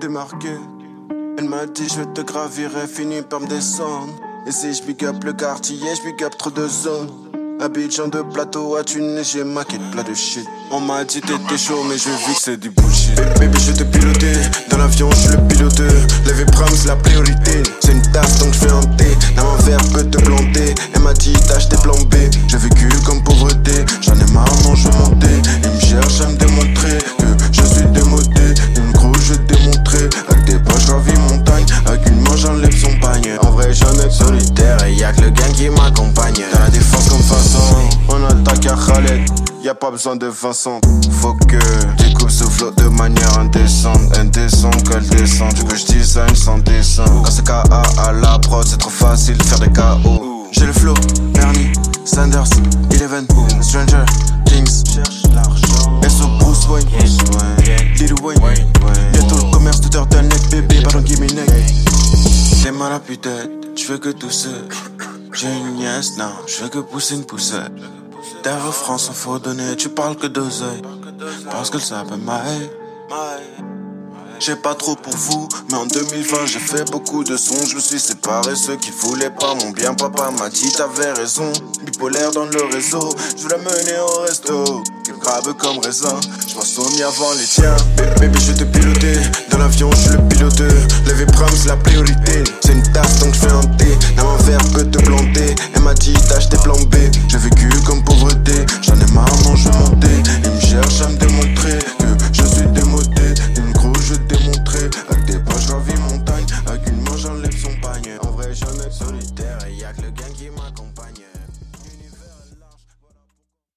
démarqué. Elle m'a dit je vais te gravirer, fini par me descendre. Et si je big up le quartier, je big up trop de zones. Abidjan de plateau à Tunis, j'ai maqué plein de shit. On m'a dit t'étais chaud mais je vis que c'est du bullshit. Baby je te piloté, dans l'avion je suis le piloteur. Levé Prams la priorité, c'est une tasse donc je fais un thé. Dans un verre peut te planter, elle m'a dit t'as acheté plan B. J'ai vécu comme pauvreté, j'en ai marre non je veux monter. Il me cherche à me démontrer que je suis démodé. Une gros je vais te démontrer, avec des poches gravis montagne. Avec une main j'enlève son panier. En vrai j'en ai solitaire et y'a que le gang qui m'accompagne. Dans la défense comme façon, on attaque à Khaled. Y'a pas besoin de Vincent. Faut que découpe ce flow de manière indécente. Indécente qu'elle descend. Tu veux que je design sans dessin. Quand c'est KA à la prod, c'est trop facile de faire des KO. J'ai le flow, Bernie, Sanders, Eleven, Stranger Things. Cherche l'argent. SO Bruce Wayne, Lil Wayne. Bientôt le commerce de turtleneck, bébé, pardon, give me neck. T'es mal à tête, tu fais que tousser. J'ai une nièce, non, je fais que pousser une poussette. Derrière France, en faut donner, tu parles que d'oseille. Parce que ça s'appelle Maë. J'ai pas trop pour vous, mais en 2020 j'ai fait beaucoup de sons. Je me suis séparé, ceux qui voulaient pas mon bien. Papa m'a dit t'avais raison, bipolaire dans le réseau. Je voulais mener au resto, grave comme raisin. Je pense au mien avant les tiens. Baby je te piloté, dans l'avion je suis le piloteur. Levé Prams la priorité, c'est une tasse donc je fais un thé. Dans un verre peut te planter, elle m'a dit t'as acheté plan B. J'ai vécu comme pauvreté, j'en ai marre non je veux monter. Il me cherche à me démontrer que je suis démodé. Une gros je vais te démontrer, avec des poches gravis montagne. Avec une main j'enlève son panier. En vrai j'en ai solitaire.